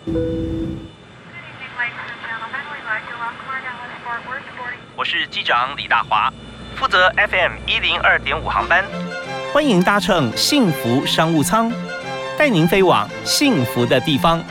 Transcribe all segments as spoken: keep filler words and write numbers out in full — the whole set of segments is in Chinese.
我是机长李大华，负责 F M 一零二点五航班，欢迎搭乘幸福商务舱，带您飞往幸福的地方。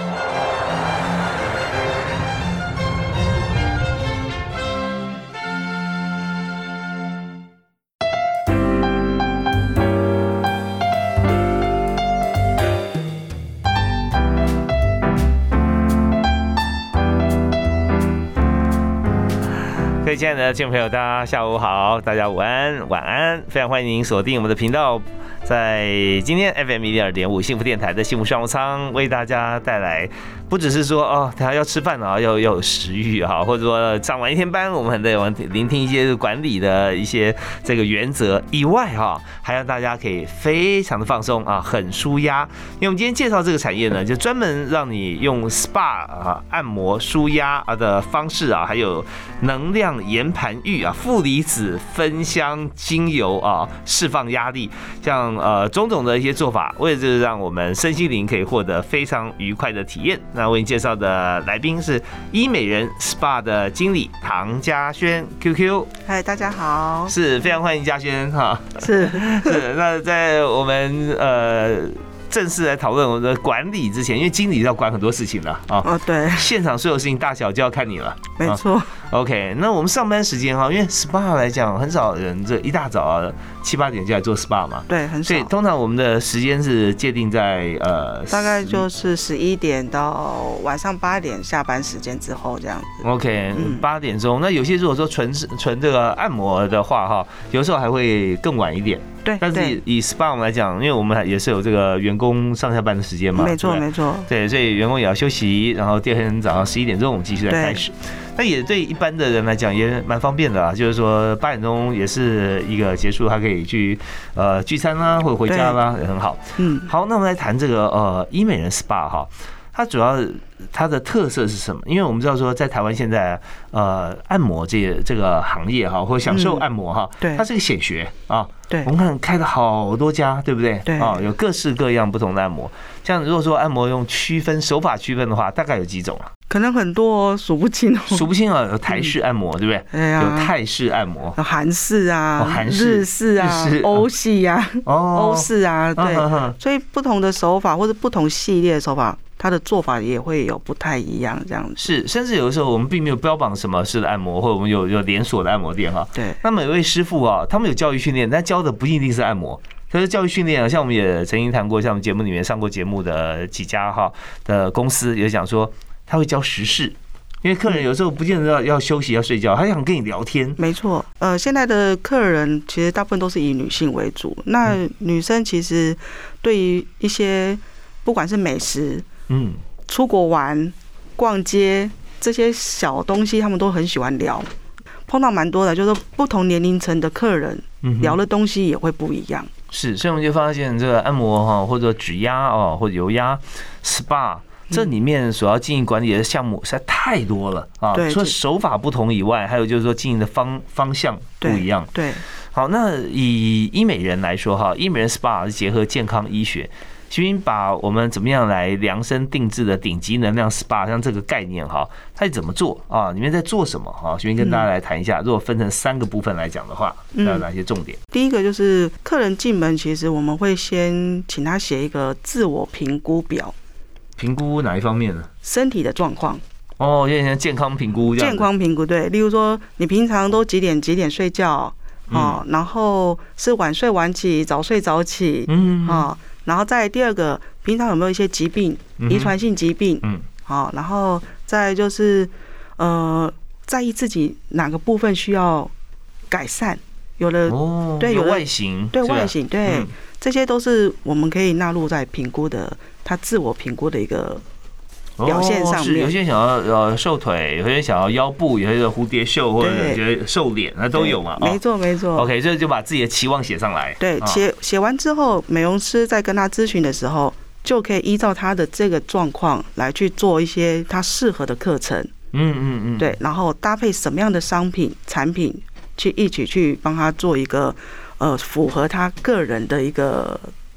各位亲爱的听众朋友，大家下午好，大家午安、晚安，非常欢迎您锁定我们的频道，在今天 F M 一零二点五幸福电台的幸福商务舱，为大家带来不只是说哦，他要吃饭啊，要要有食欲啊，或者说上完一天班，我们很得聆听一些管理的一些这个原则以外哈，还让大家可以非常的放松啊，很舒压。因为我们今天介绍这个产业呢，就专门让你用 S P A 啊按摩舒压的方式啊，还有能量岩盘浴啊、负离子芬香精油啊，释放压力，像呃种种的一些做法，为了就是让我们身心灵可以获得非常愉快的体验。那为你介绍的来宾是医美人 S P A 的经理唐嘉轩 Q Q。 嗨，大家好， 是非常欢迎嘉轩哈。 是是，那在我们呃。正式来讨论我们的管理之前，因为经理要管很多事情的啊。 哦，对， 现场所有事情大小就要看你了。 没错。 OK， 那我们上班时间哈，因为 S P A 来讲，很少人这一大早啊七八点就来做 S P A 嘛。 对，很少。 所以通常我们的时间是界定在呃， 大概就是十一点到晚上八点下班时间之后这样子。 OK， 八点钟。那有些如果说纯纯这个按摩的话哈，有时候还会更晚一点。 对， 但是以 S P A 我们来讲，因为我们也是有这个员工上下班的时间嘛， 没错没错， 对，所以员工也要休息，然后第二天早上十一点钟我们继续再开始。那也对一般的人来讲也蛮方便的啊，就是说八点钟也是一个结束，他可以去呃聚餐啦，或者回家啦，也很好。嗯，好，那我们来谈这个呃医美人 S P A 哈。它主要它的特色是什么？因为我们知道说，在台湾现在呃按摩这这个行业哈，或者享受按摩哈， 对， 它是个显学啊。 对， 我们看开了好多家，对不对？ 对啊，有各式各样不同的按摩。像如果说按摩用区分手法区分的话，大概有几种啊？ 可能很多哦，数不清哦。 数不清啊，有台式按摩，对不对？有泰式按摩， 有韩式啊， 韩式、 日式啊，欧系啊，欧式啊，对。所以不同的手法或者不同系列的手法，它的做法也会有不太一样，这样子是，甚至有的时候我们并没有标榜什么式的按摩，或者我们有有连锁的按摩店哈。 对。 那每位师傅啊，他们有教育训练，但教的不一定是按摩。可是教育训练啊，像我们也曾经谈过，像我们节目里面上过节目的几家哈的公司，也讲说他会教时事。因为客人有时候不见得要要休息要睡觉，他想跟你聊天。 没错，呃，现在的客人其实大部分都是以女性为主。那女生其实对于一些不管是美食，嗯，出国玩、逛街这些小东西，他们都很喜欢聊。碰到蛮多的，就是不同年龄层的客人聊的东西也会不一样。是， 所以我们就发现这个按摩哈，或者指压哦，或者油压、S P A。这里面所要经营管理的项目实在太多了啊！除了手法不同以外，还有就是说经营的方方向不一样。 对， 好，那以医美人来说哈，医美人 S P A 是结合健康医学，徐云把我们怎么样来量身定制的顶级能量 S P A 像这个概念哈，它是怎么做啊？里面在做什么哈？徐云跟大家来谈一下。如果分成三个部分来讲的话，有哪些重点？ 第一个就是客人进门，其实我们会先请他写一个自我评估表。 评估哪一方面呢？ 身体的状况哦，有点像健康评估这样。 健康评估对，例如说你平常都几点几点睡觉哦，嗯、然后是晚睡晚起、早睡早起，嗯啊、哦，然后再第二个，平常有没有一些疾病、遗传性疾病，嗯，好、哦，然后再就是呃，在意自己哪个部分需要改善，有的、哦、对，有的外形， 对外形，对、嗯，这些都是我们可以纳入在评估的。他自我评估的一个表现上面， 哦、是有些人想要呃瘦腿，有些人想要腰部，有些人蝴蝶袖，或者觉得瘦脸，那都有嘛。 没错没错。 OK， 这就把自己的期望写上来。 对，写写完之后，美容师在跟他咨询的时候，就可以依照他的这个状况来去做一些他适合的课程。嗯嗯嗯。对，然后搭配什么样的商品产品，去一起去帮他做一个呃符合他个人的一个。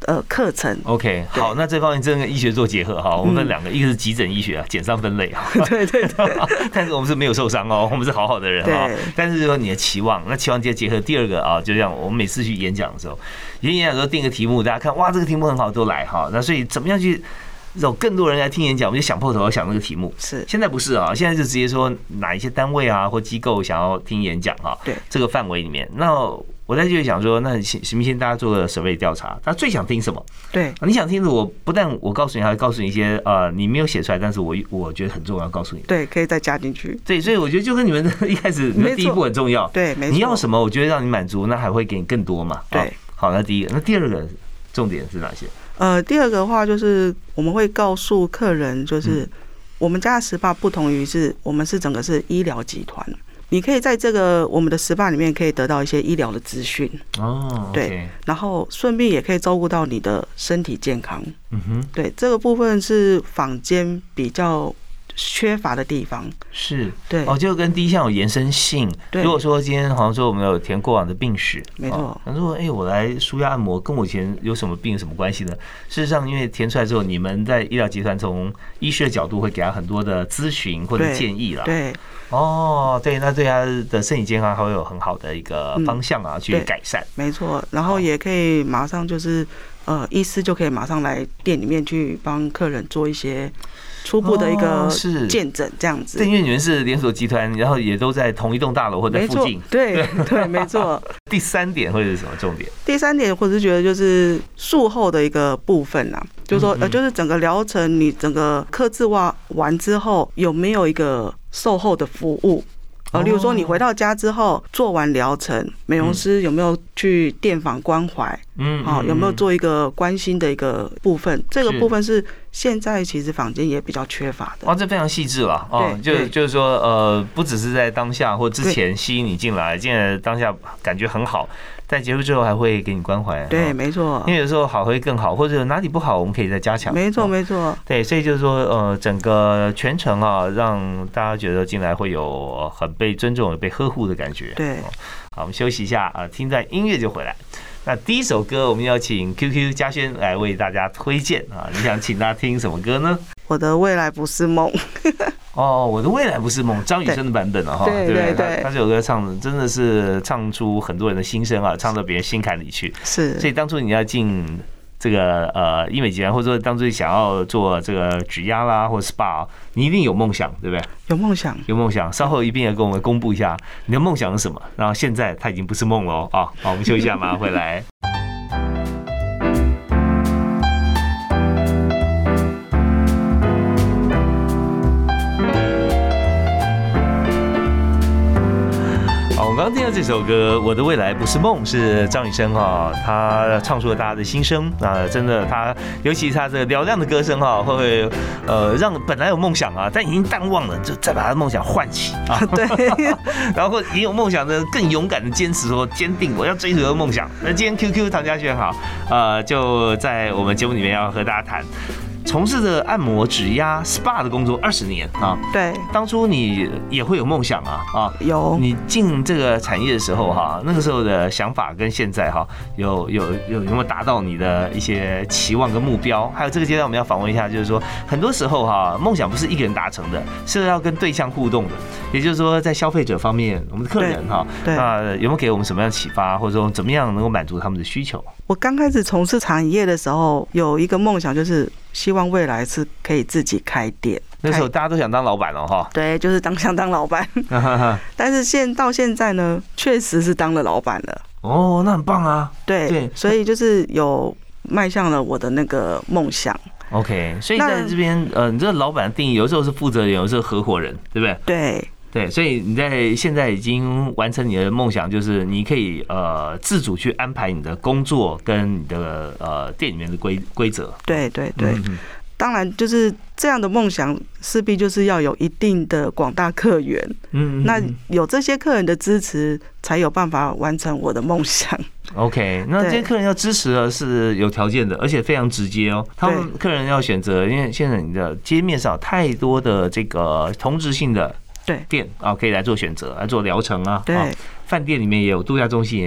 呃课程。 OK， 好，那这方面真跟医学做结合哈，我们分两个，一个是急诊医学啊，减伤分类啊， 对对对， 但是我们是没有受伤哦，我们是好好的人啊。但是说你的期望，那期望结结合第二个啊，就像我们每次去演讲的时候，演讲的时候定个题目，大家看哇，这个题目很好，都来哈。那所以怎么样去有更多人来听演讲，我们就想破头要想那个题目。是，现在不是啊，现在就直接说哪一些单位啊或机构想要听演讲哈，对这个范围里面，那我在就想说，那行不行？大家做个 survey 调查，他最想听什么？对，你想听的，我不但我告诉你，还会告诉你一些呃，你没有写出来，但是我我觉得很重要，告诉你。对，可以再加进去。对，所以我觉得就跟你们一开始，你们第一步很重要。对，没错。你要什么？我觉得让你满足，那还会给你更多嘛。对，好，那第一个，那第二个重点是哪些？呃，第二个的话就是我们会告诉客人，就是我们家的 S P A 不同于是我们是整个是医疗集团。你可以在这个我们的 S P A 里面可以得到一些医疗的资讯哦，对，然后顺便也可以照顾到你的身体健康。嗯哼，对，这个部分是坊间比较缺乏的地方。是，对，哦，就跟第一项有延伸性。如果说今天好像说我们有填过往的病史，没错，他说哎，我来舒压按摩跟我以前有什么病有什么关系呢？事实上，因为填出来之后，你们在医疗集团从医师的角度会给他很多的咨询或者建议啦。对。哦，对，那对他的身体健康还会有很好的一个方向啊，去改善。没错，然后也可以马上就是呃，医师就可以马上来店里面去帮客人做一些初步的一个见诊，这样子。对，因为你们是连锁集团，然后也都在同一栋大楼或者附近。对对，没错。第三点会是什么重点？第三点，我是觉得就是术后的一个部分啦，就是说呃，就是整个疗程你整个客制化完之后，有没有一个售后的服务？呃，例如说你回到家之后做完疗程，美容师有没有去电访关怀？嗯，好，有没有做一个关心的一个部分？这个部分是现在其实坊间也比较缺乏的。哦，这非常细致了哦，就就是说呃，不只是在当下或之前吸引你进来，进来当下感觉很好。在结束之后还会给你关怀，对，没错。因为有时候好会更好，或者哪里不好，我们可以再加强。没错，没错。对，所以就是说，呃，整个全程啊，让大家觉得进来会有很被尊重、被呵护的感觉。对，好，我们休息一下啊，听段音乐就回来。那第一首歌，我们要请 Q Q 嘉轩来为大家推荐啊，你想请他听什么歌呢？我的未来不是梦。哦，我的未来不是梦，张雨生的版本了哈，对不对？他他这首歌唱的真的是唱出很多人的心声啊，唱到别人心坎里去。是，所以当初你要进这个呃医美集团，或者说当初想要做这个指压啦或者 S P A， 你一定有梦想，对不对？有梦想，有梦想。稍后一并要跟我们公布一下你的梦想是什么。然后现在它已经不是梦了哦。好，我们休息一下，马上回来。我刚刚听到这首歌《我的未来不是梦》，是张雨生哈，他唱出了大家的心声啊！真的，他尤其他这个嘹亮的歌声哈，会不会呃让本来有梦想啊，但已经淡忘了，就再把他的梦想唤起啊？对。然后也有梦想的更勇敢的坚持说，坚定我要追求的梦想。那今天 Q Q 唐嘉轩好，呃，就在我们节目里面要和大家谈。从事着按摩、指压、S P A 的工作二十年啊，对，当初你也会有梦想啊啊，有。你进这个产业的时候哈，那个时候的想法跟现在哈，有有有有没有达到你的一些期望跟目标？还有这个阶段我们要访问一下，就是说很多时候哈，梦想不是一个人达成的，是要跟对象互动的。也就是说，在消费者方面，我们的客人哈，那有没有给我们什么样的启发，或者说怎么样能够满足他们的需求？我刚开始从事产业的时候，有一个梦想，就是希望未来是可以自己开店。那时候大家都想当老板了哈。对，就是当想当老板。但是现到现在呢，确实是当了老板了。哦，那很棒啊。对对，所以就是有迈向了我的那个梦想。OK， 所以在这边，呃，你这个老板的定义，有时候是负责人，有时候合伙人，对不对？对。对，所以你在现在已经完成你的梦想，就是你可以呃自主去安排你的工作跟你的呃店里面的规规则。对对对，嗯、当然就是这样的梦想，势必就是要有一定的广大客源。嗯，那有这些客人的支持，才有办法完成我的梦想。OK， 那这些客人要支持的是有条件的，而且非常直接哦。他们客人要选择，因为现在你的街面上太多的这个同质性的。对店啊，可以来做选择，来做疗程啊。对，饭店里面也有，度假中心也有。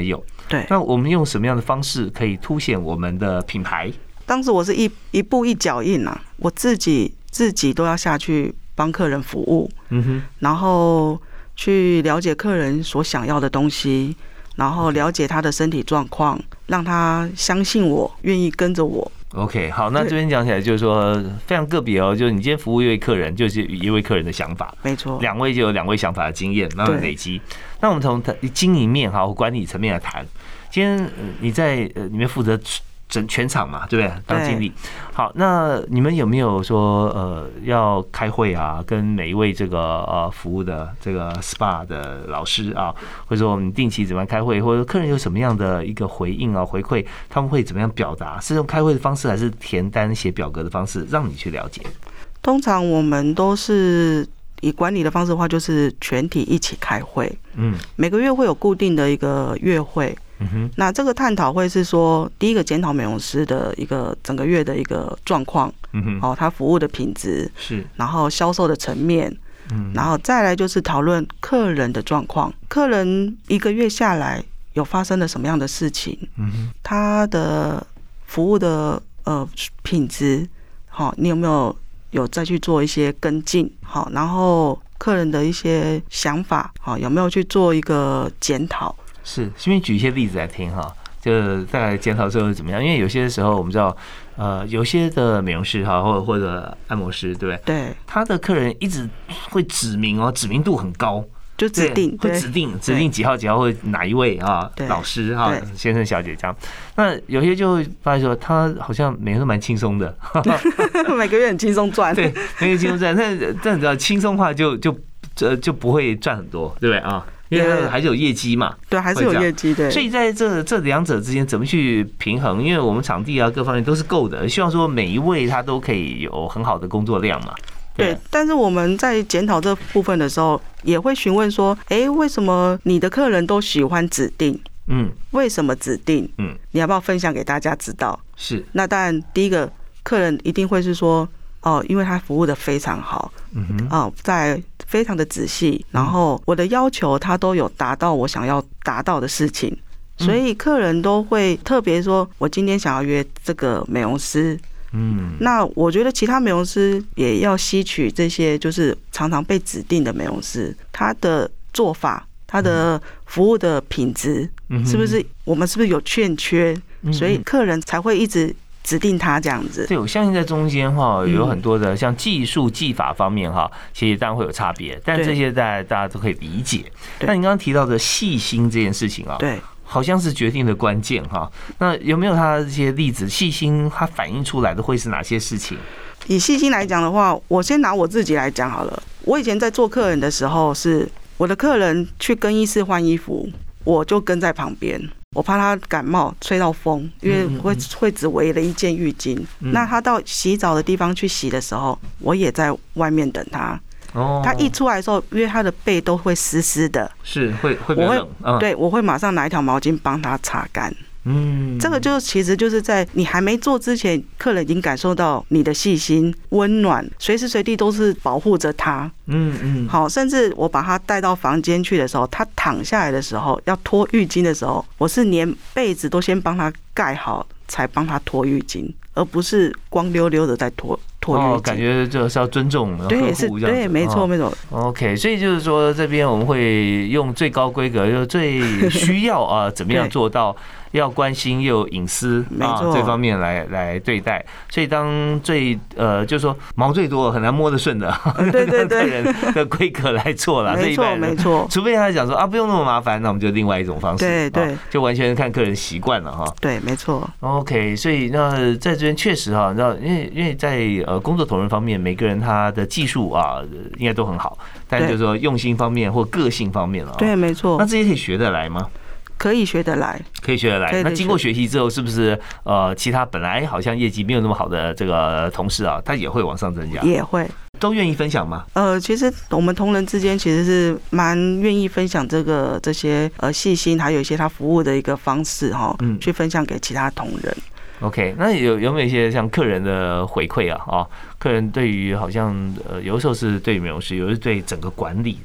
对， 那我们用什么样的方式可以凸显我们的品牌？ 当时我是一一步一脚印啊，我自己自己都要下去帮客人服务，嗯哼，然后去了解客人所想要的东西，然后了解他的身体状况，让他相信我，愿意跟着我。 OK， 好，那这边讲起来就是说非常个别哦，就是你今天服务一位客人，就是一位客人的想法， 没错， 两位就有两位想法的经验，慢慢累积。那我们从经营面哈，管理层面来谈，今天你在呃里面负责整全场嘛，对不对？当经理，好，那你们有没有说呃要开会啊，跟每一位这个呃服务的这个 S P A 的老师啊，或者说我们定期怎么样开会，或者客人有什么样的一个回应啊回馈，他们会怎么样表达？是用开会的方式，还是填单写表格的方式，让你去了解？ 通常我们都是以管理的方式的话，就是全体一起开会，嗯，每个月会有固定的一个月会。嗯哼，那这个探讨会是说，第一个检讨美容师的一个整个月的一个状况，嗯哼，哦，他服务的品质是，然后销售的层面，嗯，然后再来就是讨论客人的状况，客人一个月下来有发生了什么样的事情，嗯哼，他的服务的呃品质，好，你有没有有再去做一些跟进，好，然后客人的一些想法，好，有没有去做一个检讨？ 是，顺便举一些例子来听哈，就大概检讨之后是怎么样？因为有些时候我们知道，呃，有些的美容师哈，或者或者按摩师，对不对？ 对， 他的客人一直会指明哦，指名度很高， 就指定会指定指定几号几号或哪一位啊，老师哈，先生小姐这样。那有些就会发现说，他好像每个都蛮轻松的， 每个月很轻松赚， 对，每个月轻松赚。但但你知道，轻松化就就呃就不会赚很多，对不对啊？因为还是有业绩嘛， 对，还是有业绩的。 所以在这这两者之间怎么去平衡？因为我们场地啊各方面都是够的，希望说每一位他都可以有很好的工作量嘛。 对，但是我们在检讨这部分的时候，也会询问说，哎，为什么你的客人都喜欢指定？嗯，为什么指定？嗯，你要不要分享给大家知道？ 是。 那当然，第一个客人一定会是说，哦，因为他服务的非常好，嗯哼，啊，在非常的仔细，然后我的要求他都有达到我想要达到的事情，所以客人都会特别说，我今天想要约这个美容师，嗯，那我觉得其他美容师也要吸取这些，就是常常被指定的美容师，他的做法，他的服务的品质，是不是我们是不是有欠缺，所以客人才会一直指定他这样子。 对，我相信在中间哈有很多的像技术技法方面哈，其实当然会有差别，但这些大家大家都可以理解。那你刚刚提到的细心这件事情啊， 对， 好像是决定的关键哈。那有没有他的这些例子？细心它反映出来的会是哪些事情？ 以细心来讲的话，我先拿我自己来讲好了。我以前在做客人的时候，是我的客人去更衣室换衣服，我就跟在旁边。我怕他感冒吹到风，因为会会只围了一件浴巾。嗯、那他到洗澡的地方去洗的时候，我也在外面等他。哦，他一出来的时候，因为他的背都会湿湿的， 是会会比较冷。 我会、嗯、对，我会马上拿一条毛巾帮他擦干。嗯，这个就其实就是在你还没做之前，客人已经感受到你的细心、温暖，随时随地都是保护着他。嗯嗯，好，甚至我把他带到房间去的时候，他躺下来的时候，要脱浴巾的时候，我是连被子都先帮他盖好，才帮他脱浴巾，而不是光溜溜的在脱。 哦，感觉就是要尊重、呵护这样。 对，没错，没错。 OK， 所以就是说，这边我们会用最高规格，就最需要啊，怎么样做到要关心又有隐私啊这方面来来对待。所以当最呃，就是说毛最多、很难摸得顺的， 对对对， 人的规格来做了。 没错，没错。 除非他讲说啊，不用那么麻烦，那我们就另外一种方式。 对对， 就完全看个人习惯了哈。 对，没错。 OK， 所以那在这边确实哈，你知道，因为因为在呃工作同仁方面，每个人他的技术啊应该都很好，但就是说用心方面或个性方面啊， 对，没错。 那这些可以学得来吗？ 可以学得来， 可以学得来。那经过学习之后，是不是呃，其他本来好像业绩没有那么好的这个同事啊，他也会往上增加？ 也会。 都愿意分享吗？ 呃，其实我们同仁之间其实是蛮愿意分享这个这些呃细心，还有一些他服务的一个方式哈，嗯，去分享给其他同仁。 OK， 那有有没有一些像客人的回馈啊？啊，客人对于好像呃，有的时候是对美容师，有的是对整个管理，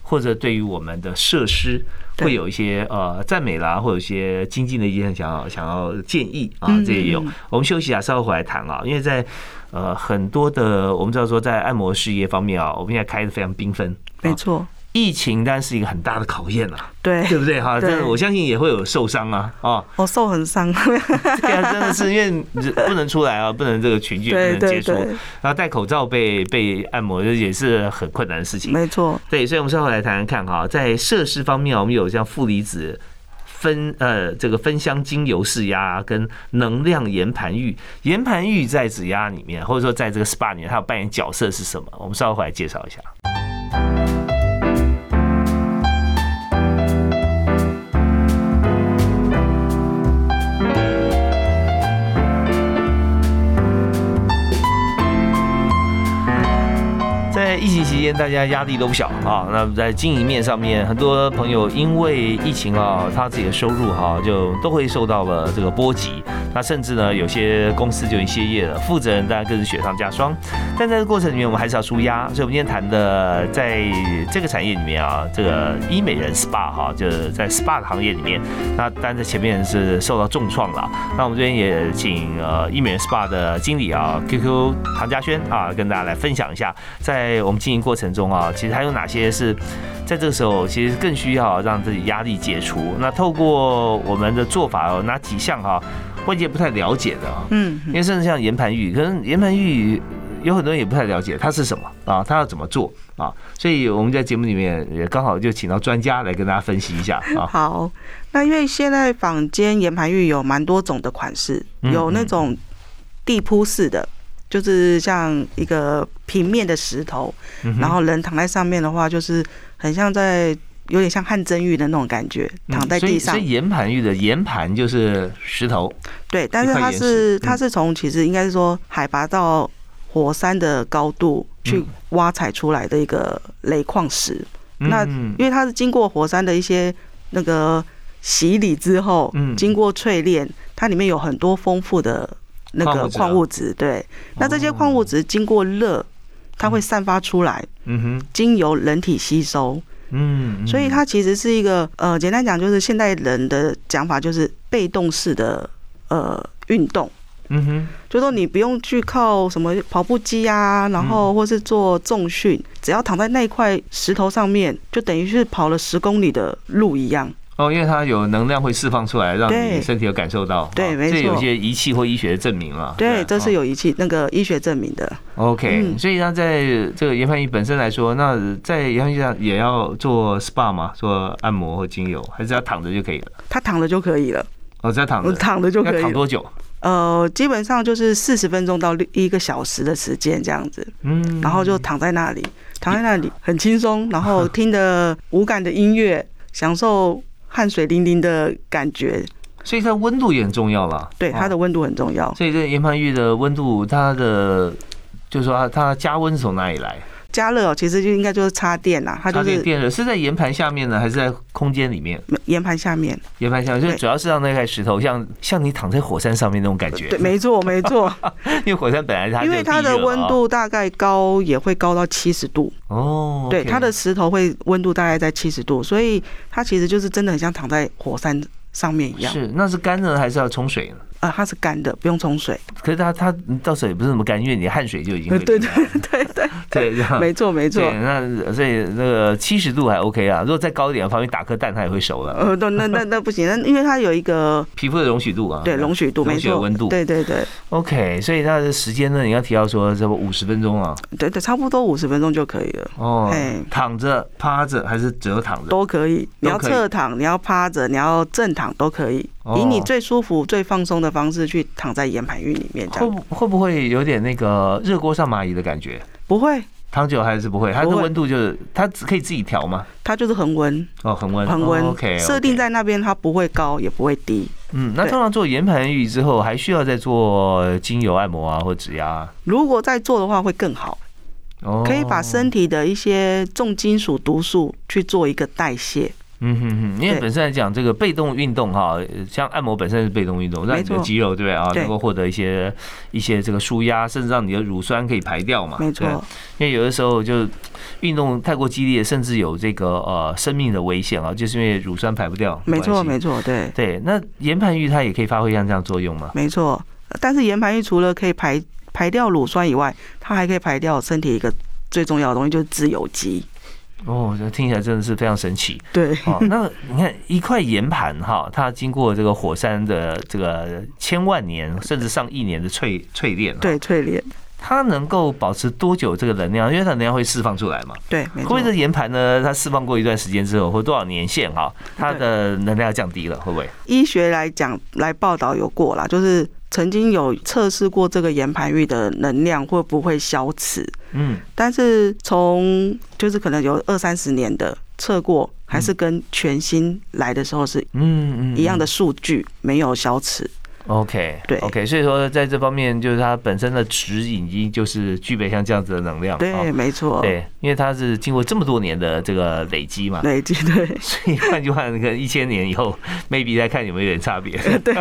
或者对于我们的设施会有一些呃赞美啦，或有一些精进的一些想要想要建议啊，这也有。我们休息一下，稍后回来谈啊，因为在呃很多的我们知道说在按摩事业方面啊，我们现在开得非常缤纷， 没错。 疫情当然是一个很大的考验啊， 对对不对哈？这我相信也会有受伤啊，哦， 我受很伤， 对啊，真的是因为不能出来啊，不能这个群聚，不能接触，然后戴口罩被被按摩也是很困难的事情， 没错。 对，所以我们稍后来谈谈看哈，在设施方面，我们有像负离子分呃这个分香精油释压跟能量岩盘浴，岩盘浴在指压里面，或者说在这个 S P A 里面，它有扮演角色是什么？我们稍后回来介绍一下。在疫情期间，大家压力都不小啊。那在经营面上面，很多朋友因为疫情啊，他自己的收入哈就都会受到了这个波及。那甚至呢，有些公司就已经歇业了，负责人当然更是雪上加霜。但在这个过程里面，我们还是要舒压。所以，我们今天谈的，在这个产业里面啊，这个医美人 S P A 哈，就是在 S P A 的行业里面，那当然在前面是受到重创了。那我们这边也请呃医美人 S P A 的经理啊 ，Q Q 唐家轩啊，跟大家来分享一下，在我们经营过程中啊，其实还有哪些是在这个时候其实更需要让自己压力解除。那透过我们的做法有哪几项哈？外界不太了解的啊，嗯，因为甚至像岩盘浴，可能岩盘浴有很多人也不太了解它是什么啊，它要怎么做啊，所以我们在节目里面也刚好就请到专家来跟大家分析一下啊。 好，那因为现在坊间岩盘浴有蛮多种的款式，有那种地铺式的，就是像一个平面的石头，然后人躺在上面的话，就是很像在。有点像汗蒸浴的那种感觉，躺在地上。 所以岩盘浴的岩盘就是石头。 对，但是它是它是从其实应该是说海拔到火山的高度去挖采出来的一个雷矿石。那因为它是经过火山的一些那个洗礼之后，经过淬炼，它里面有很多丰富的那个矿物质。对，那这些矿物质经过热，它会散发出来，经由人体吸收。嗯，所以它其实是一个呃，简单讲就是现代人的讲法就是被动式的呃运动。嗯哼，就说你不用去靠什么跑步机啊，然后或是做重训，只要躺在那一块石头上面，就等于是跑了十公里的路一样。 哦，因为它有能量会释放出来，让你身体有感受到。 对，没错， 这有些仪器或医学的证明了。 对，这是有仪器那个医学证明的。 OK， 所以它在这个岩盘浴本身来说，那在岩盘浴上也要做 S P A 吗？做按摩或精油，还是要躺着就可以了？ 它躺着就可以了。 哦，只要躺着， 躺着就可以。 要躺多久？ 呃，基本上就是四十分钟到一个小时的时间这样子。嗯，然后就躺在那里，躺在那里很轻松，然后听着无感的音乐，享受汗水淋淋的感觉。 所以它温度也很重要啦。 对，它的温度很重要。 所以这岩盘浴的温度，它的就是说它加温是从哪里来？ 加热哦，其实就应该就是插电啦，它就是电热，是在岩盘下面呢，还是在空间里面？ 岩盘下面， 岩盘下面，所以主要是让那块石头像像你躺在火山上面那种感觉。 对，没错，没错。 因为火山本来它因为它的温度大概高也会高到七十度哦，对，它的石头会温度大概在七十度，所以它其实就是真的很像躺在火山上面一样。 是，那是干的还是要冲水呢？ 啊，它是干的，不用冲水。 可是它它到时候也不是那么干，因为你汗水就已经会。 对对对对对，没错没错。 那所以那个七十度还 OK 啊，如果再高一点，旁边打颗蛋它也会熟了。 呃，那那那不行，那因为它有一个皮肤的容许度啊， 对容许度，没错， 温度， 对对对。 OK， 所以它的时间呢，你要提到说差不多五十分钟啊。 对对，差不多五十分钟就可以了。哦， 躺着、趴着还是折躺着都可以。你要侧躺，你要趴着，你要正躺都可以。以你最舒服、最放松的方式去躺在岩盘浴里面，这样会会不会有点那个热锅上蚂蚁的感觉？ 不会， 躺久还是不会。它的温度就是它可以自己调吗？ 它就是恒温哦，恒温， 恒温 ，OK， 设定在那边，它不会高也不会低。 嗯，那通常做岩盘浴之后，还需要再做精油按摩啊，或指压？ 如果再做的话，会更好。可以把身体的一些重金属毒素去做一个代谢。 嗯哼哼，因为本身来讲，这个被动运动哈，像按摩本身是被动运动，让你的肌肉对不对啊，能够获得一些一些这个舒压，甚至让你的乳酸可以排掉嘛。 没错。 因为有的时候就运动太过激烈，甚至有这个呃生命的危险啊，就是因为乳酸排不掉。 没错，没错，对对。那岩盘浴它也可以发挥像这样作用吗？ 没错，但是岩盘浴除了可以排排掉乳酸以外，它还可以排掉身体一个最重要的东西，就是自由基。 哦，这听起来真的是非常神奇。 对， 哦，那你看一块岩盘哈，它经过这个火山的这个千万年甚至上亿年的淬淬炼， 对，淬炼， 它能够保持多久这个能量？因为它能量会释放出来嘛。 对，没错。 会不会这岩盘呢？它释放过一段时间之后，或多少年限哈，它的能量降低了，会不会？ 医学来讲，来报道有过啦，就是曾经有测试过这个岩盘浴的能量会不会消磁。嗯，但是从就是可能有二三十年的测过，还是跟全新来的时候是嗯一样的数据，没有消磁。 OK， 对 ，OK， 所以说在这方面，就是它本身的质已经就是具备像这样子的能量， 对，哦、没错， 对，因为它是经过这么多年的这个累积嘛， 累积，对， 所以换句话，那个一千年以后 ，maybe 再看有没有点差别。对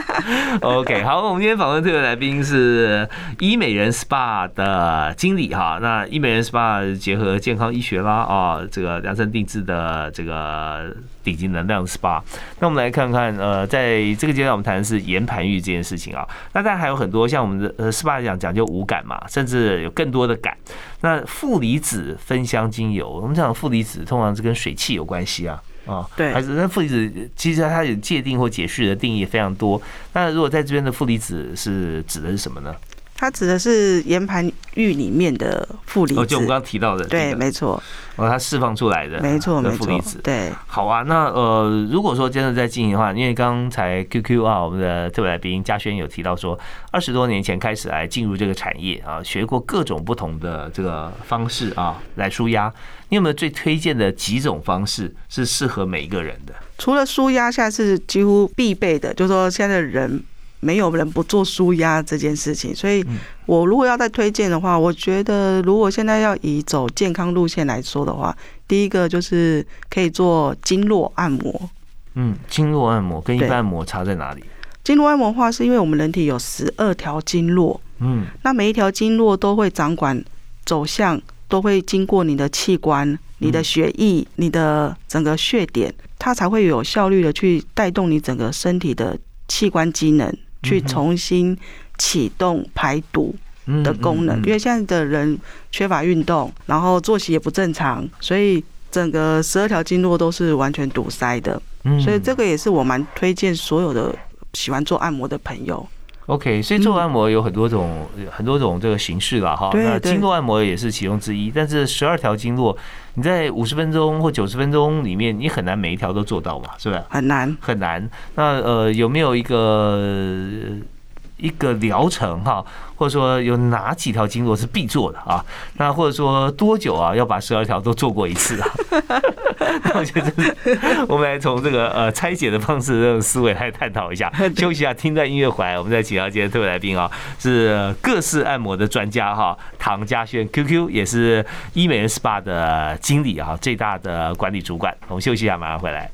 ，OK， 好，我们今天访问这个来宾是医美人 S P A 的经理哈，那医美人 S P A 结合健康医学啦啊，这个量身定制的这个顶级能量 S P A， 那我们来看看，呃，在这个阶段我们谈的是岩盘浴这件事情啊，那当然还有很多像我们的呃 S P A 讲讲究无感嘛，甚至有更多的感。那负离子芬香精油，我们讲负离子通常是跟水汽有关系啊。啊，对，还是那负离子其实它有界定或解释的定义非常多。那如果在这边的负离子是指的是什么呢？ 它指的是岩盘浴里面的负离子， 哦，就我们刚刚提到的、這個， 对，没错， 哦，它释放出来的， 没错，没错，负离子， 对， 好啊。那呃，如果说真的在进行的话，因为刚才 Q Q 啊，我们的特别来宾嘉轩有提到说，二十多年前开始来进入这个产业啊，学过各种不同的这个方式啊来舒压。你有没有最推荐的几种方式是适合每一个人的？ 除了舒压，现在是几乎必备的，就是说现在的人。没有人不做舒压这件事情，所以我如果要再推荐的话，我觉得如果现在要以走健康路线来说的话，第一个就是可以做经络按摩。 嗯，经络按摩跟一般按摩差在哪里？ 经络按摩的话，是因为我们人体有十二条经络，嗯，那每一条经络都会掌管走向，都会经过你的器官、你的血液、你的整个血点，它才会有效率的去带动你整个身体的器官机能。去重新启动排毒的功能，因为现在的人缺乏运动，然后作息也不正常，所以整个十二条经络都是完全堵塞的。所以这个也是我蛮推荐所有的喜欢做按摩的朋友。 OK， 所以做按摩有很多种、嗯、很多种这个形式啦哈。那经络按摩也是其中之一，但是十二条经络，你在五十分钟或九十分钟里面，你很难每一条都做到嘛，是不是？ 很难， 很难。那呃，有没有一个一个疗程哈，或者说有哪几条经络是必做的啊？那或者说多久啊，要把十二条都做过一次啊？那我觉得我们来从这个呃拆解的方式、这种思维来探讨一下。休息一下，听段音乐回来，我们再请到今天特别来宾啊，是各式按摩的专家哈，唐嘉轩 Q Q 也是医美人 S P A 的经理啊，最大的管理主管。我们休息一下，马上回来。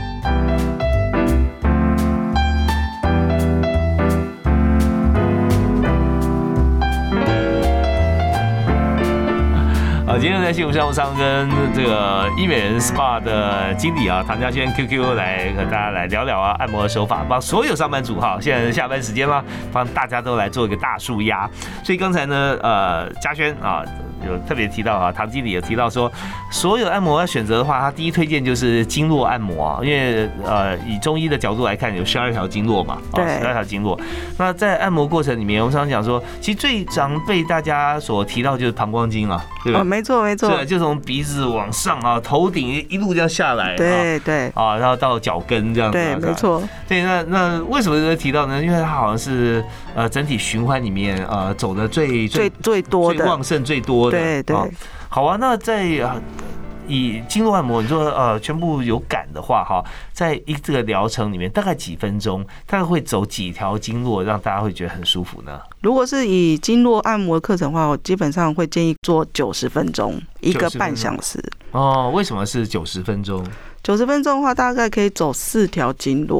好，今天在幸福商务舱跟这个医美人 S P A 的经理啊，唐嘉轩 Q Q 来和大家来聊聊啊，按摩的手法，帮所有上班族哈，现在是下班时间了，帮大家都来做一个大舒压。所以刚才呢，呃，嘉轩啊有特别提到啊，唐经理有提到说，所有按摩要选择的话，他第一推荐就是经络按摩啊，因为呃以中医的角度来看，有十二条经络嘛， 对， 十二条经络。那在按摩过程里面，我们常常讲说，其实最常被大家所提到就是膀胱经啊，对吧？ 哦，没错没错， 对，就从鼻子往上啊，头顶一路这样下来， 对对啊，然后到脚跟这样子， 对，没错。 对，那那为什么会提到呢？因为它好像是呃整体循环里面呃走的最最最多的、 最旺盛、最多的， 对对。 好啊，那在以经络按摩，你说呃全部有感的话哈，在一这个疗程里面大概几分钟，大概会走几条经络，让大家会觉得很舒服呢？ 如果是以经络按摩课程的话，我基本上会建议做九十分钟，一个半小时。 哦，为什么是九十分钟？ 九十分钟的话，大概可以走四条经络。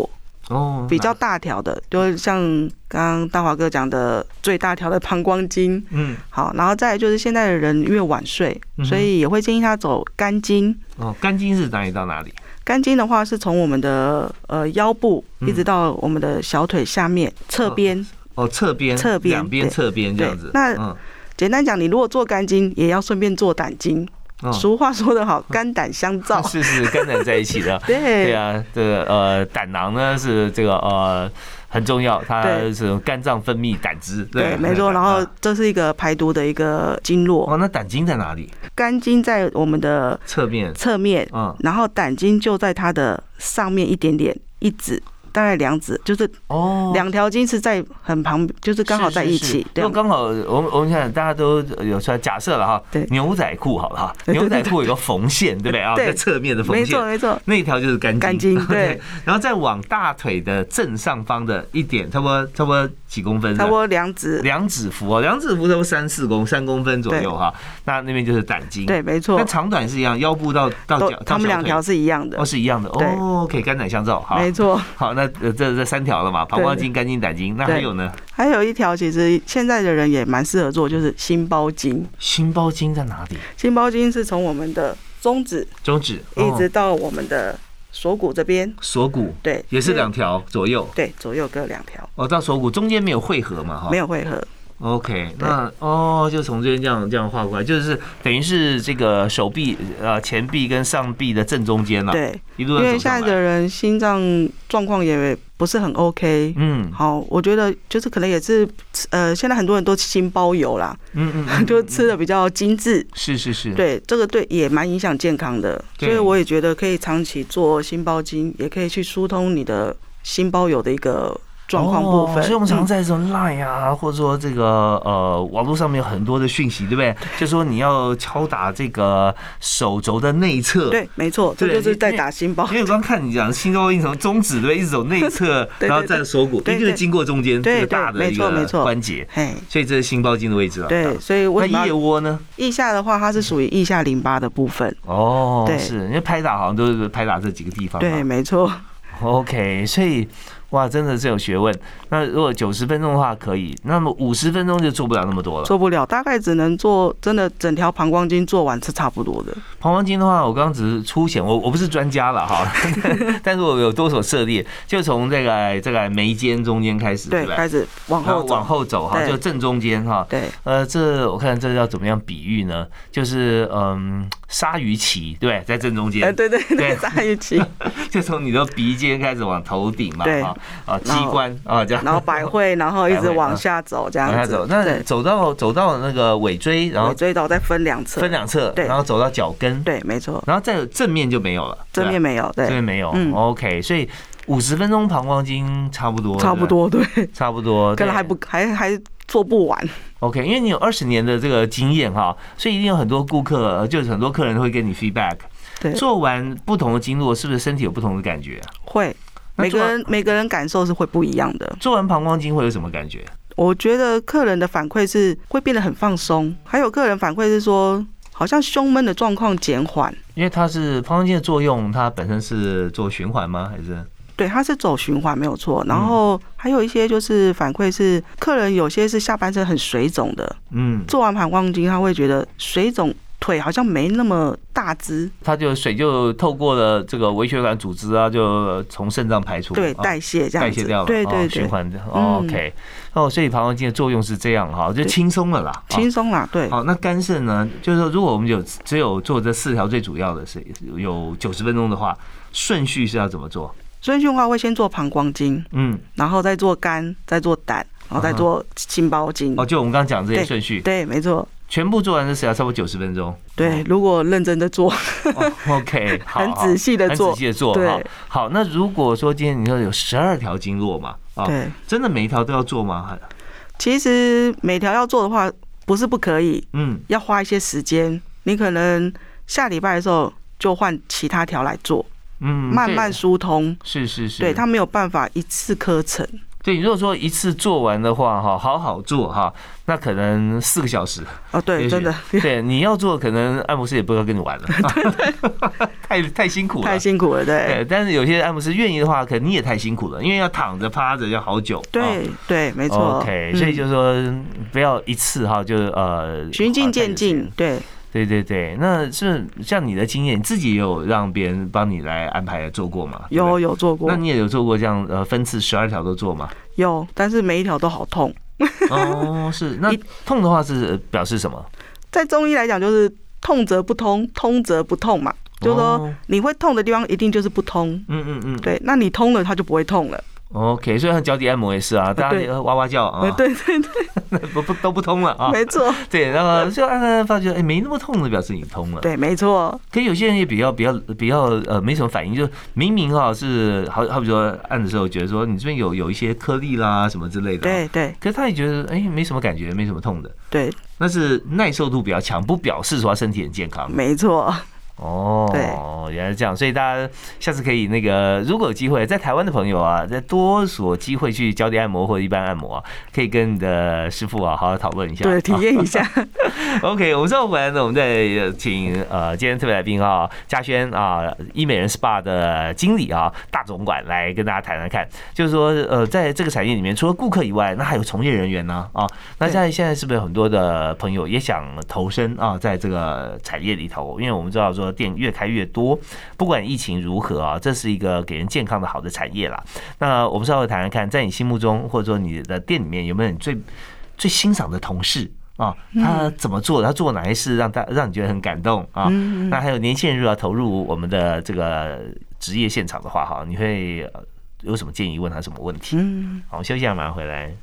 哦，比较大条的，就像刚刚大华哥讲的最大条的膀胱经，嗯，好，然后再来就是现在的人越晚睡，嗯、所以也会建议他走肝经。 哦，肝经是哪里到哪里？ 肝经的话是从我们的呃腰部一直到我们的小腿下面侧边。 哦，侧边，侧边，两边侧边这样子。 那、嗯、简单讲，你如果做肝经，也要顺便做胆经。哦、俗话说得好，肝胆相照， 是是肝胆在一起的。对对啊，这个呃胆囊呢是这个呃很重要，它是肝脏分泌胆汁。 对，没错。然后这是一个排毒的一个经络。 哦，那胆经在哪里？ 肝经在我们的侧面， 侧面，嗯，然后胆经就在它的上面一点点，一指。大概两指，就是哦，两条筋是在很旁，就是刚好在一起。 就刚好，我们我们看大家都有出来假设了哈，牛仔裤好了哈，牛仔裤有个缝线，对不对啊？在侧面的缝线， 没错没错， 那一条就是肝经。 肝经对， 然后再往大腿的正上方的一点，差不多差不多几公分？ 差不多两指， 两指幅哦，两指幅差不多三四公三公分左右哈。那那边就是胆经， 对，没错。 但长短是一样，腰部到到脚， 他们两条是一样的， 哦，是一样的哦。可以肝胆相照，好， 没错。 好，那这这三条了嘛，膀胱经、肝经、胆经，那还有呢？ 还有一条，其实现在的人也蛮适合做，就是心包经。 心包经在哪里？ 心包经是从我们的中指， 中指一直到我们的锁骨这边。 锁骨对， 也是两条左右。 对，左右各两条。 哦，到锁骨中间没有汇合嘛？哈， 没有汇合。 OK， 那哦，就从这边这样这样画过来，就是等于是这个手臂呃前臂跟上臂的正中间了。 对，一路因为现在的人心脏状况也不是很 OK。嗯，好，我觉得就是可能也是呃，现在很多人都心包油啦。嗯嗯, 嗯，就吃的比较精致。 是是是。 对，这个对也蛮影响健康的，所以我也觉得可以长期做心包经，也可以去疏通你的心包油的一个状况部分。 哦，所以我们常在这种 Line 啊，或者说这个呃网络上面有很多的讯息，对不对？就说你要敲打这个手肘的内侧。 对，没错，这就是在打心包。 因为我刚看你讲心包经从中指对不对，一直走内侧，然后在锁骨，一定是经过中间这个大的一个关节。所以这是心包经的位置啊。 对，所以为什么那腋窝呢？ 腋下的话，它是属于腋下淋巴的部分。 哦，对，是因为拍打好像都是拍打这几个地方。 对，没错。 OK， 所以。哇，真的是有学问。那如果九十分钟的话可以，那么五十分钟就做不了那么多了。 做不了，大概只能做真的整条膀胱经做完是差不多的。 膀胱经的话，我刚刚只是粗浅，我我不是专家了哈，但是我有多所涉猎，就从这个这个眉间中间开始， 对，开始往后往后走哈，就正中间哈。 对， 呃，这我看这要怎么样比喻呢？就是嗯，鲨鱼鳍，对，在正中间。 哎，对对对，鲨鱼鳍， 就从你的鼻尖开始往头顶嘛，哈。啊，机关啊，这样， 然后百会，然后一直往下走，这样子。往下走，那走到走到那个尾椎，然后尾椎到再分两侧， 分两侧，对，然后走到脚跟， 对，没错。 然后再有正面就没有了， 正面没有，对， 正面没有。嗯 ，OK， 所以五十分钟膀胱经差不多， 差不多，对， 差不多， 可能还不还还做不完。 OK， 因为你有二十年的这个经验哈，所以一定有很多顾客，就是很多客人会给你 feedback。对，做完不同的经络，是不是身体有不同的感觉？ 会。每个人每个人感受是会不一样的。 做完膀胱经会有什么感觉？ 我觉得客人的反馈是会变得很放松，还有客人反馈是说，好像胸闷的状况减缓。 因为它是膀胱经的作用，它本身是做循环吗？还是？ 对，它是走循环没有错。然后还有一些就是反馈是，客人有些是下半身很水肿的，嗯，做完膀胱经他会觉得水肿。腿好像没那么大只， 它就水就透过了这个微血管组织啊，就从肾脏排出， 对，代谢这样子， 代谢掉了， 对对对， 循环的。OK， 哦，所以膀胱经的作用是这样哈，就轻松了啦， 轻松啦，对。 好，那肝肾呢？就是说，如果我们有只有做这四条最主要的是有九十分钟的话，顺序是要怎么做？ 顺序的话会先做膀胱经，嗯，然后再做肝，再做胆，然后再做心包经。 哦，就我们刚刚讲这些顺序， 对，没错。 全部做完这四条差不多九十分钟。 对，如果认真的做、 哦、，OK， 很仔细的做， 很仔细的做。对，好，那如果说今天你说有十二条经络嘛，啊，对，真的每一条都要做吗？ 其实每条要做的话，不是不可以，嗯，要花一些时间。你可能下礼拜的时候就换其他条来做，嗯，慢慢疏通。 是是是， 对，他没有办法一次科成。 对，如果说一次做完的话，哈，好好做哈，那可能四个小时。 哦，对，真的。 对，你要做，可能按摩师也不要跟你玩了，太太辛苦了， 太辛苦了，对。 对，但是有些按摩师愿意的话，可能你也太辛苦了，因为要躺着趴着要好久。 对对，没错。 OK， 所以就是说不要一次哈，就呃循序渐进，对。 对对对，那是像你的经验，你自己也有让别人帮你来安排做过吗？ 有有做过。 那你也有做过这样呃分次十二条都做吗？ 有，但是每一条都好痛。 哦，是。那痛的话是表示什么？ 在中医来讲，就是痛则不通，通则不痛嘛。就是说你会痛的地方，一定就是不通。嗯嗯嗯。对，那你通了，它就不会痛了。 OK， 所以像脚底按摩也是啊，大家哇哇叫啊， 对对对， 不不都不通了啊， 没错， 对，然后就按按发觉哎没那么痛的，表示你通了， 对，没错。 可有些人也比较比较比较呃没什么反应，就明明哈是好好比说按的时候觉得说你这边有有一些颗粒啦什么之类的， 对对， 可是他也觉得哎没什么感觉，没什么痛的， 对， 那是耐受度比较强，不表示说他身体很健康， 没错。 哦，原来是这样，所以大家下次可以那个，如果有机会，在台湾的朋友啊，再多所机会去脚底按摩或者一般按摩啊，可以跟你的师傅啊好好讨论一下， 对，体验一下。 OK， 我们稍后回来呢，我们再请呃今天特别来宾啊，嘉轩啊，医美人 S P A 的经理啊，大总管来跟大家谈谈看，就是说呃，在这个产业里面，除了顾客以外，那还有从业人员呢啊，那现在现在是不是有很多的朋友也想投身啊，在这个产业里头？因为我们知道说店越开越多，不管疫情如何啊，这是一个给人健康的好的产业啦。那我们稍后谈谈看，在你心目中或者说你的店里面有没有你最最欣赏的同事？啊，他怎么做？他做哪些事让他让你觉得很感动啊？那还有年轻人如果要投入我们的这个职业现场的话，哈，你会有什么建议？问他什么问题？嗯，好，我们休息一下，马上回来。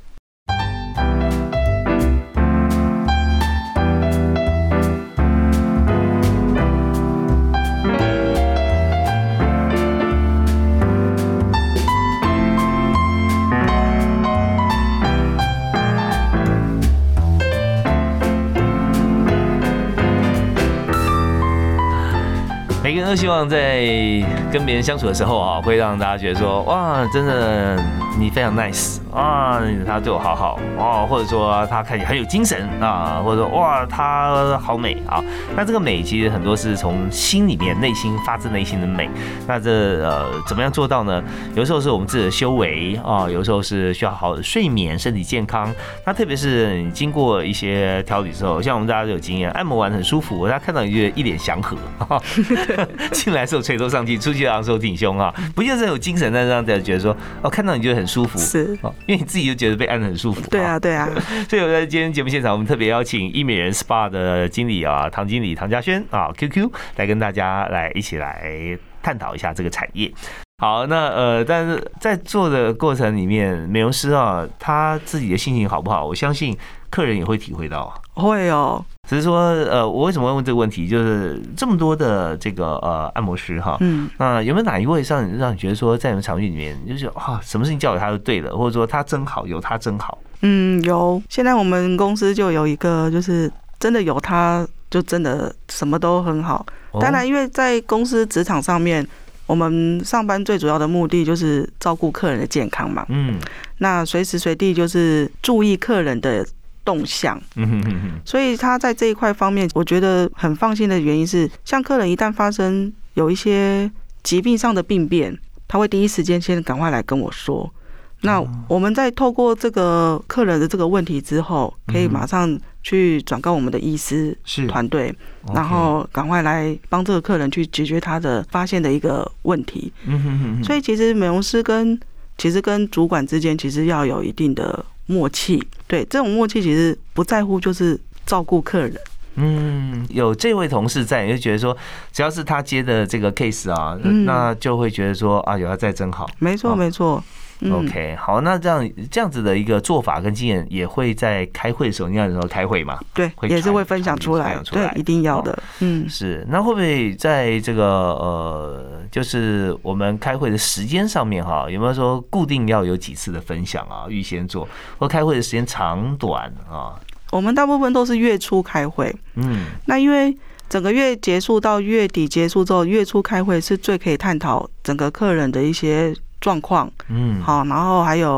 每个人都希望在跟别人相处的时候啊，会让大家觉得说，哇，真的你非常 nice 啊，他对我好好哦，或者说他看起来很有精神啊，或者说哇，他好美啊。那这个美其实很多是从心里面、内心发自内心的美。那这呃怎么样做到呢？有时候是我们自己的修为啊，有时候是需要好的睡眠、身体健康。那特别是你经过一些调理之后，像我们大家都有经验，按摩完很舒服，大家看到你就一脸祥和。进来的时候垂头丧气，出去昂首挺胸啊，不就是有精神，但是让大家觉得说，哦，看到你觉得很舒服， 是， 因为你自己就觉得被按得很舒服。 对啊，对啊。 所以我在今天节目现场，我们特别邀请医美人 S P A 的经理啊，唐经理唐嘉轩啊 ，Q Q 来跟大家来一起来探讨一下这个产业。好，那呃，但是在做的过程里面，美容师啊，他自己的心情好不好，我相信客人也会体会到啊。 会哦。 只是说，呃，我为什么会问这个问题？就是这么多的这个呃按摩师哈，嗯，那有没有哪一位让你让你觉得说，在你们场域里面，就是哇，什么事情交给他就对了，或者说他真好，有他真好？ 嗯，有。现在我们公司就有一个，就是真的有他，就真的什么都很好。当然，因为在公司职场上面，我们上班最主要的目的就是照顾客人的健康嘛，嗯，那随时随地就是注意客人的动向，所以他在这一块方面，我觉得很放心的原因是，像客人一旦发生有一些疾病上的病变，他会第一时间先赶快来跟我说。那我们在透过这个客人的这个问题之后，可以马上去转告我们的医师团队，然后赶快来帮这个客人去解决他的发现的一个问题。所以其实美容师跟其实跟主管之间其实要有一定的默契，对，这种默契其实不在乎就是照顾客人。 嗯，有这位同事在，你就觉得说，只要是他接的这个 case 啊，嗯、那就会觉得说啊，有他在真好。 没错，没错。 嗯、OK， 好，那这样这样子的一个做法跟经验，也会在开会的时候，你那时候开会嘛？ 对，也是会分享出来，对，一定要的。嗯， 是。那会不会在这个呃，就是我们开会的时间上面哈，有没有说固定要有几次的分享啊？预先做，或开会的时间长短啊？ 我们大部分都是月初开会，嗯，那因为整个月结束到月底结束之后，月初开会是最可以探讨整个客人的一些状况，嗯，好，然后还有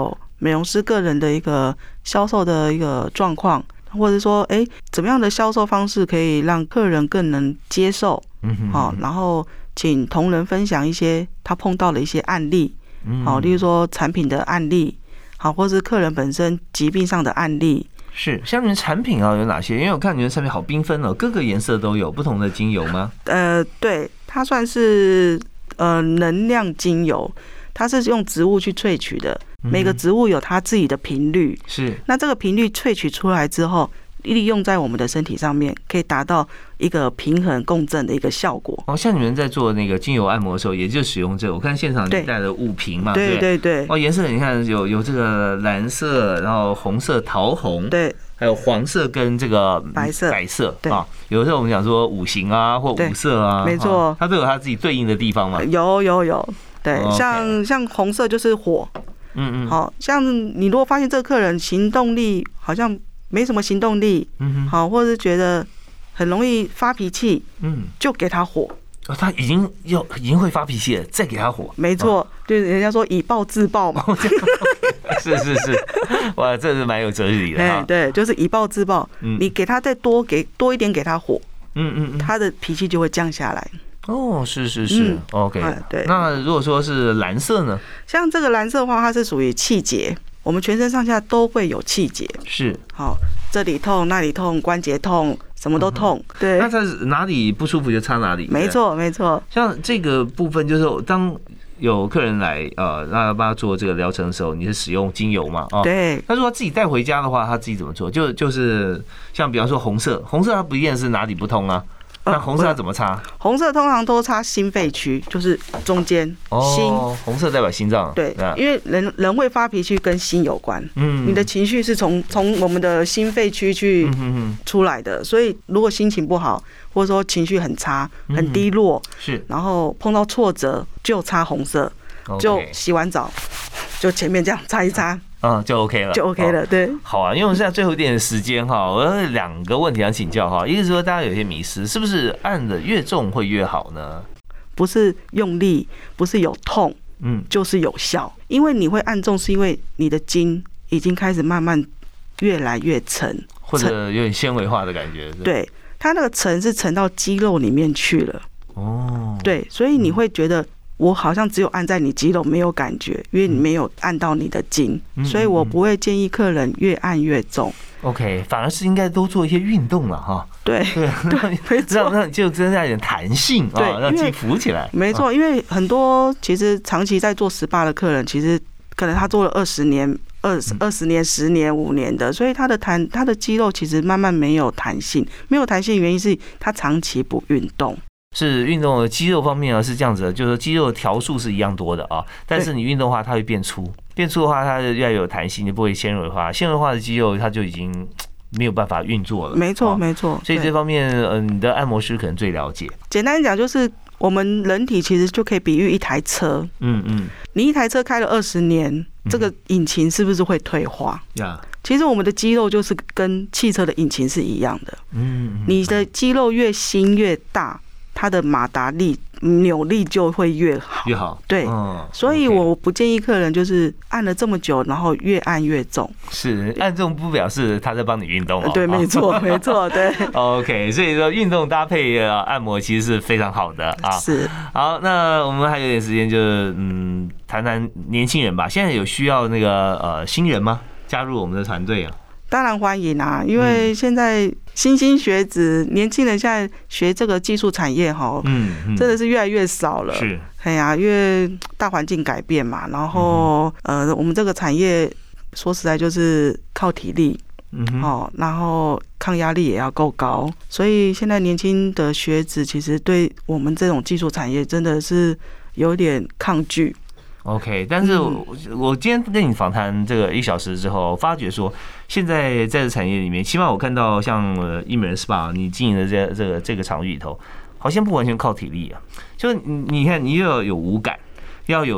美容师个人的一个销售的一个状况，或者说，哎，怎么样的销售方式可以让客人更能接受？嗯哼，好，然后请同仁分享一些他碰到的一些案例，好，例如说产品的案例，好，或是客人本身疾病上的案例。 是，像你们产品啊有哪些？因为我看你们产品好缤纷哦，各个颜色都有，不同的精油吗？ 呃，对，它算是呃能量精油。它是用植物去萃取的，每个植物有它自己的频率，是。那这个频率萃取出来之后，利用在我们的身体上面，可以达到一个平衡共振的一个效果。 哦，像你们在做那个精油按摩的时候，也就使用这个。我看现场你带了五瓶嘛， 对对对。 哦，颜色你看有有这个蓝色，然后红色、桃红， 对，还有黄色跟这个白色， 白色啊。有的时候我们讲说五行啊，或五色啊， 没错， 它都有它自己对应的地方嘛。 有有有。对，像像红色就是火，嗯嗯，好像你如果发现这个客人行动力好像没什么行动力，嗯好，或者是觉得很容易发脾气，嗯，就给他火。 哦，他已经要已经会发脾气了，再给他火。 没错，就是人家说以暴制暴嘛。 是是是，哇，这是蛮有哲理的哈。 对，就是以暴制暴，你给他再多给多一点给他火，嗯嗯嗯，他的脾气就会降下来。 哦，是是是、嗯、，OK，、嗯、对。那如果说是蓝色呢？ 像这个蓝色的话，它是属于气节，我们全身上下都会有气节。 是， 好，这里痛，那里痛，关节痛，什么都痛。嗯、对。 那它哪里不舒服就擦哪里。 没错，没错。 像这个部分，就是当有客人来呃，让他帮他做这个疗程的时候，你是使用精油嘛？哦， 对。 他说自己带回家的话，他自己怎么做？就就是像比方说红色，红色它不一定是哪里不痛啊。那红色要怎么擦？ 红色通常都擦心肺区，就是中间心。 哦，红色代表心脏。 对，因为人人会发脾气跟心有关。嗯，你的情绪是从从我们的心肺区去出来的，所以如果心情不好，或者说情绪很差、很低落，是，然后碰到挫折就擦红色，就洗完澡就前面这样擦一擦。 嗯，就 OK 了， 就 OK 了，对。 好啊，因为我们现在最后一点时间哈，我有两个问题想请教哈。一个是说，大家有些迷思，是不是按的越重会越好呢？ 不是用力，不是有痛，嗯，就是有效。因为你会按重，是因为你的筋已经开始慢慢越来越沉， 或者有点纤维化的感觉。 对，它那个沉是沉到肌肉里面去了。哦，对，所以你会觉得。我好像只有按在你肌肉没有感觉，因为你没有按到你的筋，所以我不会建议客人越按越重。 OK， 反而是应该多做一些运动了哈。 对对， 让让就增加一点弹性啊，让肌浮起来。 没错，因为很多其实长期在做 S P A 的客人，其实可能他做了二十年、二二十年、十年、五年的，所以他的弹他的肌肉其实慢慢没有弹性，没有弹性的原因是他长期不运动。 是运动的肌肉方面啊，是这样子的，就是说肌肉的条数是一样多的啊，但是你运动的话，它会变粗，变粗的话，它越来越有弹性，就不会纤维化，纤维化的肌肉它就已经没有办法运作了。 没错，没错。 所以这方面，呃，你的按摩师可能最了解。 简单讲，就是我们人体其实就可以比喻一台车，嗯嗯，你一台车开了二十年，这个引擎是不是会退化？呀、嗯。其实我们的肌肉就是跟汽车的引擎是一样的，嗯，你的肌肉越新越大。它的马达力、扭力就会越好， 越好。 对，嗯、所以我不建议客人就是按了这么久，然后越按越重。 是，按重不表示他在帮你运动哦。 对，没错，没错，对。 OK， 所以说运动搭配按摩其实是非常好的啊。 是。 好，那我们还有点时间，就是嗯，谈谈年轻人吧。现在有需要那个呃新人吗？加入我们的团队啊？ 当然欢迎啊，因为现在新兴学子、年轻人现在学这个技术产业哈，嗯，真的是越来越少了。是，哎呀，因为大环境改变嘛，然后呃，我们这个产业说实在就是靠体力，嗯，哦，然后抗压力也要够高，所以现在年轻的学子其实对我们这种技术产业真的是有点抗拒。 OK， 但是我我今天跟你访谈这个一小时之后，我发觉说，现在在这产业里面，起码我看到像一美人 S P A 你经营的这这个这个场域里头，好像不完全靠体力啊，就你你看，你又要有五感，要有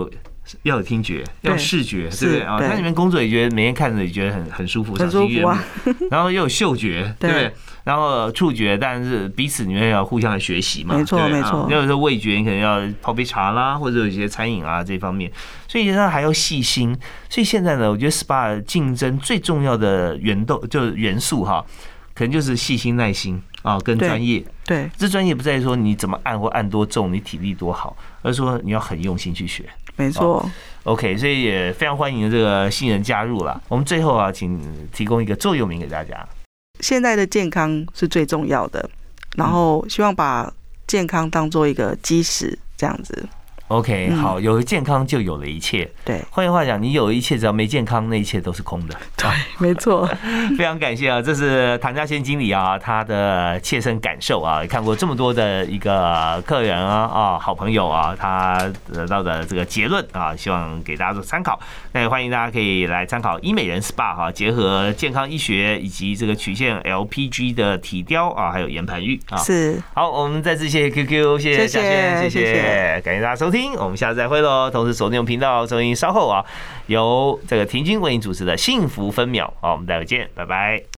要有听觉，要有视觉，对不对啊？ 对他里面工作也觉得每天看着也觉得很很舒服， 很舒服啊。 然后又有嗅觉，对不对？然后触觉，但是彼此你们要互相的学习嘛， 没错没错。 有时候味觉，你可能要泡杯茶啦，或者有一些餐饮啊这方面，所以它还要细心。所以现在呢，我觉得 S P A 竞争最重要的元豆就是元素哈，可能就是细心、耐心啊，跟专业。 对， 这专业不在于说你怎么按或按多重，你体力多好，而是说你要很用心去学。 没错。 OK， 所以也非常欢迎这个新人加入了。我们最后啊，请提供一个座右铭给大家。 现在的健康是最重要的，然后希望把健康当做一个基石，这样子。 OK， 好，有了健康就有了一切。 对， 换句话讲，你有一切，只要没健康，那一切都是空的。 对，没错。 非常感谢啊，这是唐家谦经理啊，他的切身感受啊，也看过这么多的一个客人啊啊，好朋友啊，他得到的这个结论啊，希望给大家做参考。那也欢迎大家可以来参考医美人 S P A 哈，结合健康医学以及这个曲线 L P G 的体雕啊，还有颜盘浴啊。 是。 好，我们再次谢谢 Q Q， 谢谢嘉谦，谢谢，感谢大家收听，我们下次再会喽。同时锁定频道，收听稍后啊，由这个婷君为您主持的幸福分秒啊，我们待会见，拜拜。